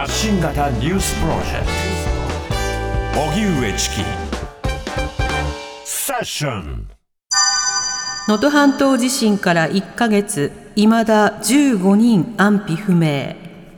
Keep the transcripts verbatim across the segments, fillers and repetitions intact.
発信型ニュースプロジェクト荻上チキセッション。 能登半島地震からいっかげつ、いまだじゅうごにん安否不明。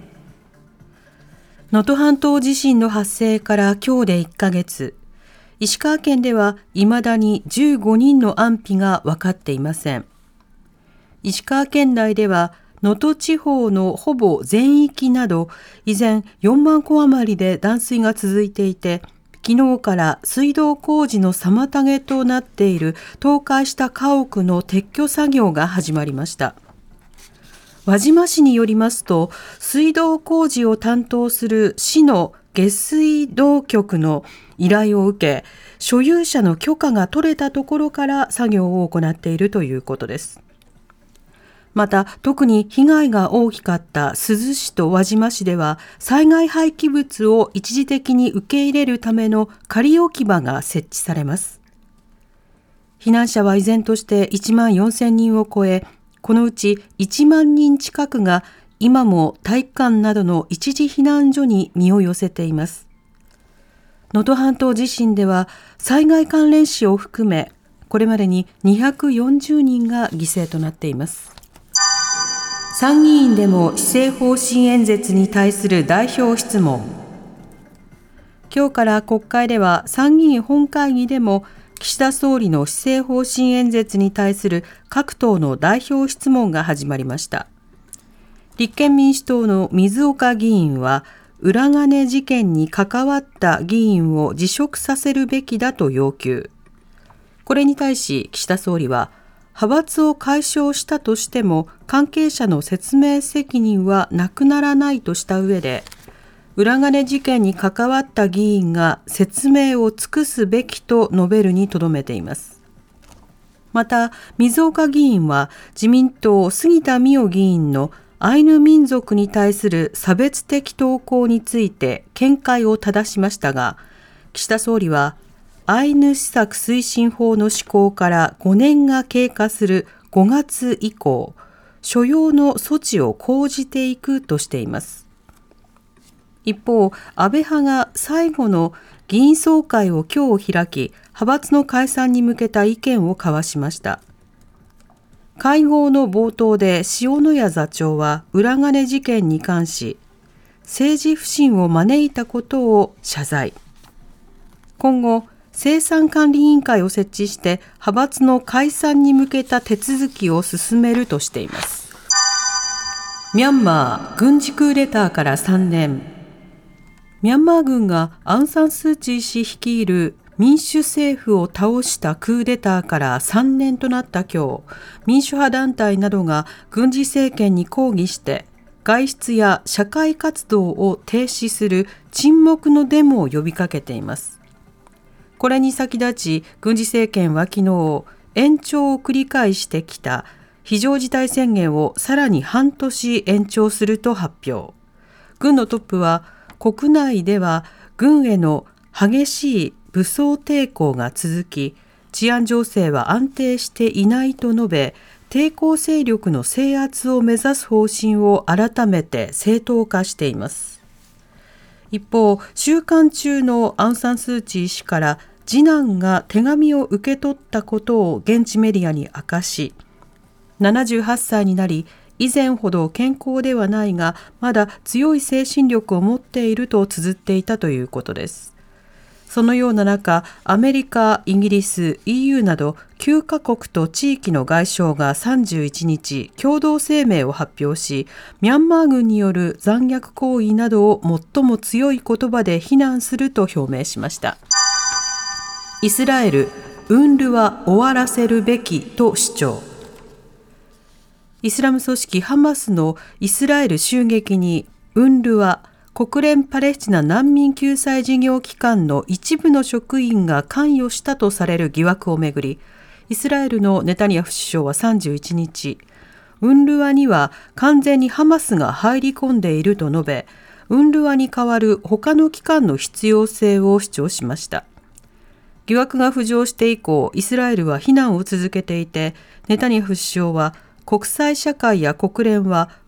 能登半島地震の発生から今日でいっかげつ、石川県ではいまだにじゅうごにんの安否が分かっていません。石川県内では能登地方のほぼ全域など依然よんまんこ余りで断水が続いていて、昨日から水道工事の妨げとなっている倒壊した家屋の撤去作業が始まりました。輪島市によりますと、水道工事を担当する市の下水道局の依頼を受け、所有者の許可が取れたところから作業を行っているということです。また、特に被害が大きかった珠洲市と輪島市では、災害廃棄物を一時的に受け入れるための仮置き場が設置されます。避難者は依然としていちまんよんせんにんを超え、このうちいちまんにん近くが今も体育館などの一時避難所に身を寄せています。能登半島地震では災害関連死を含め、これまでににひゃくよんじゅうにんが犠牲となっています。参議院でも施政方針演説に対する代表質問。今日から国会では参議院本会議でも岸田総理の施政方針演説に対する各党の代表質問が始まりました。立憲民主党の水岡議員は、裏金事件に関わった議員を辞職させるべきだと要求。これに対し岸田総理は、派閥を解消したとしても関係者の説明責任はなくならないとした上で、裏金事件に関わった議員が説明を尽くすべきと述べるにとどめています。また、水岡議員は自民党杉田水脈議員のアイヌ民族に対する差別的投稿について見解を正しましたが、岸田総理はアイヌ施策推進法の施行からごねんが経過するごがつ以降、所要の措置を講じていくとしています。一方、安倍派が最後の議員総会を今日開き、派閥の解散に向けた意見を交わしました。会合の冒頭で塩谷座長は裏金事件に関し、政治不信を招いたことを謝罪。今後、清算管理委員会を設置して派閥の解散に向けた手続きを進めるとしています。ミャンマー軍事クーデターからさんねん。ミャンマー軍がアウン・サン・スー・チー氏率いる民主政府を倒したクーデターからさんねんとなった今日、民主派団体などが軍事政権に抗議して外出や社会活動を停止する沈黙のデモを呼びかけています。これに先立ち、軍事政権は昨日、延長を繰り返してきた非常事態宣言をさらに半年延長すると発表。軍のトップは、国内では軍への激しい武装抵抗が続き、治安情勢は安定していないと述べ、抵抗勢力の制圧を目指す方針を改めて正当化しています。一方、収監中のアウン・サン・スー・チー氏から次男が手紙を受け取ったことを現地メディアに明かし、ななじゅうはっさいになり、以前ほど健康ではないが、まだ強い精神力を持っていると綴っていたということです。そのような中、アメリカ、イギリス、イーユー などきゅうかこくと地域の外相がさんじゅういちにち共同声明を発表し、ミャンマー軍による残虐行為などを最も強い言葉で非難すると表明しました。イスラエル、ウンルワ終わらせるべきと主張。イスラム組織ハマスのイスラエル襲撃にウンルワ、国連パレスチナ難民救済事業機関の一部の職員が関与したとされる疑惑をめぐり、イスラエルのネタニヤフ首相はさんじゅういちにち、ウンルワには完全にハマスが入り込んでいると述べ、ウンルワに代わる他の機関の必要性を主張しました。疑惑が浮上して以降、イスラエルは非難を続けていて、ネタニヤフ首相は国際社会や国連は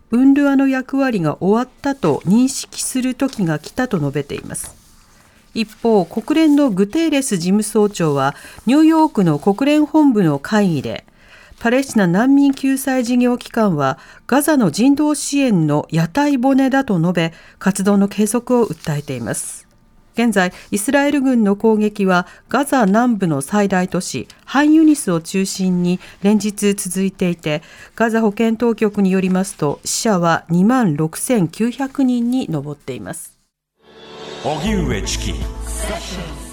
ウンルワの役割が終わったと認識する時が来たと述べています。一方、国連のグテーレス事務総長はニューヨークの国連本部の会議で、パレスチナ難民救済事業機関はガザの人道支援の屋台骨だと述べ、活動の継続を訴えています。現在、イスラエル軍の攻撃はガザ南部の最大都市ハンユニスを中心に連日続いていて、ガザ保健当局によりますと死者はにまんろくせんきゅうひゃくにんに上っています。 荻上チキ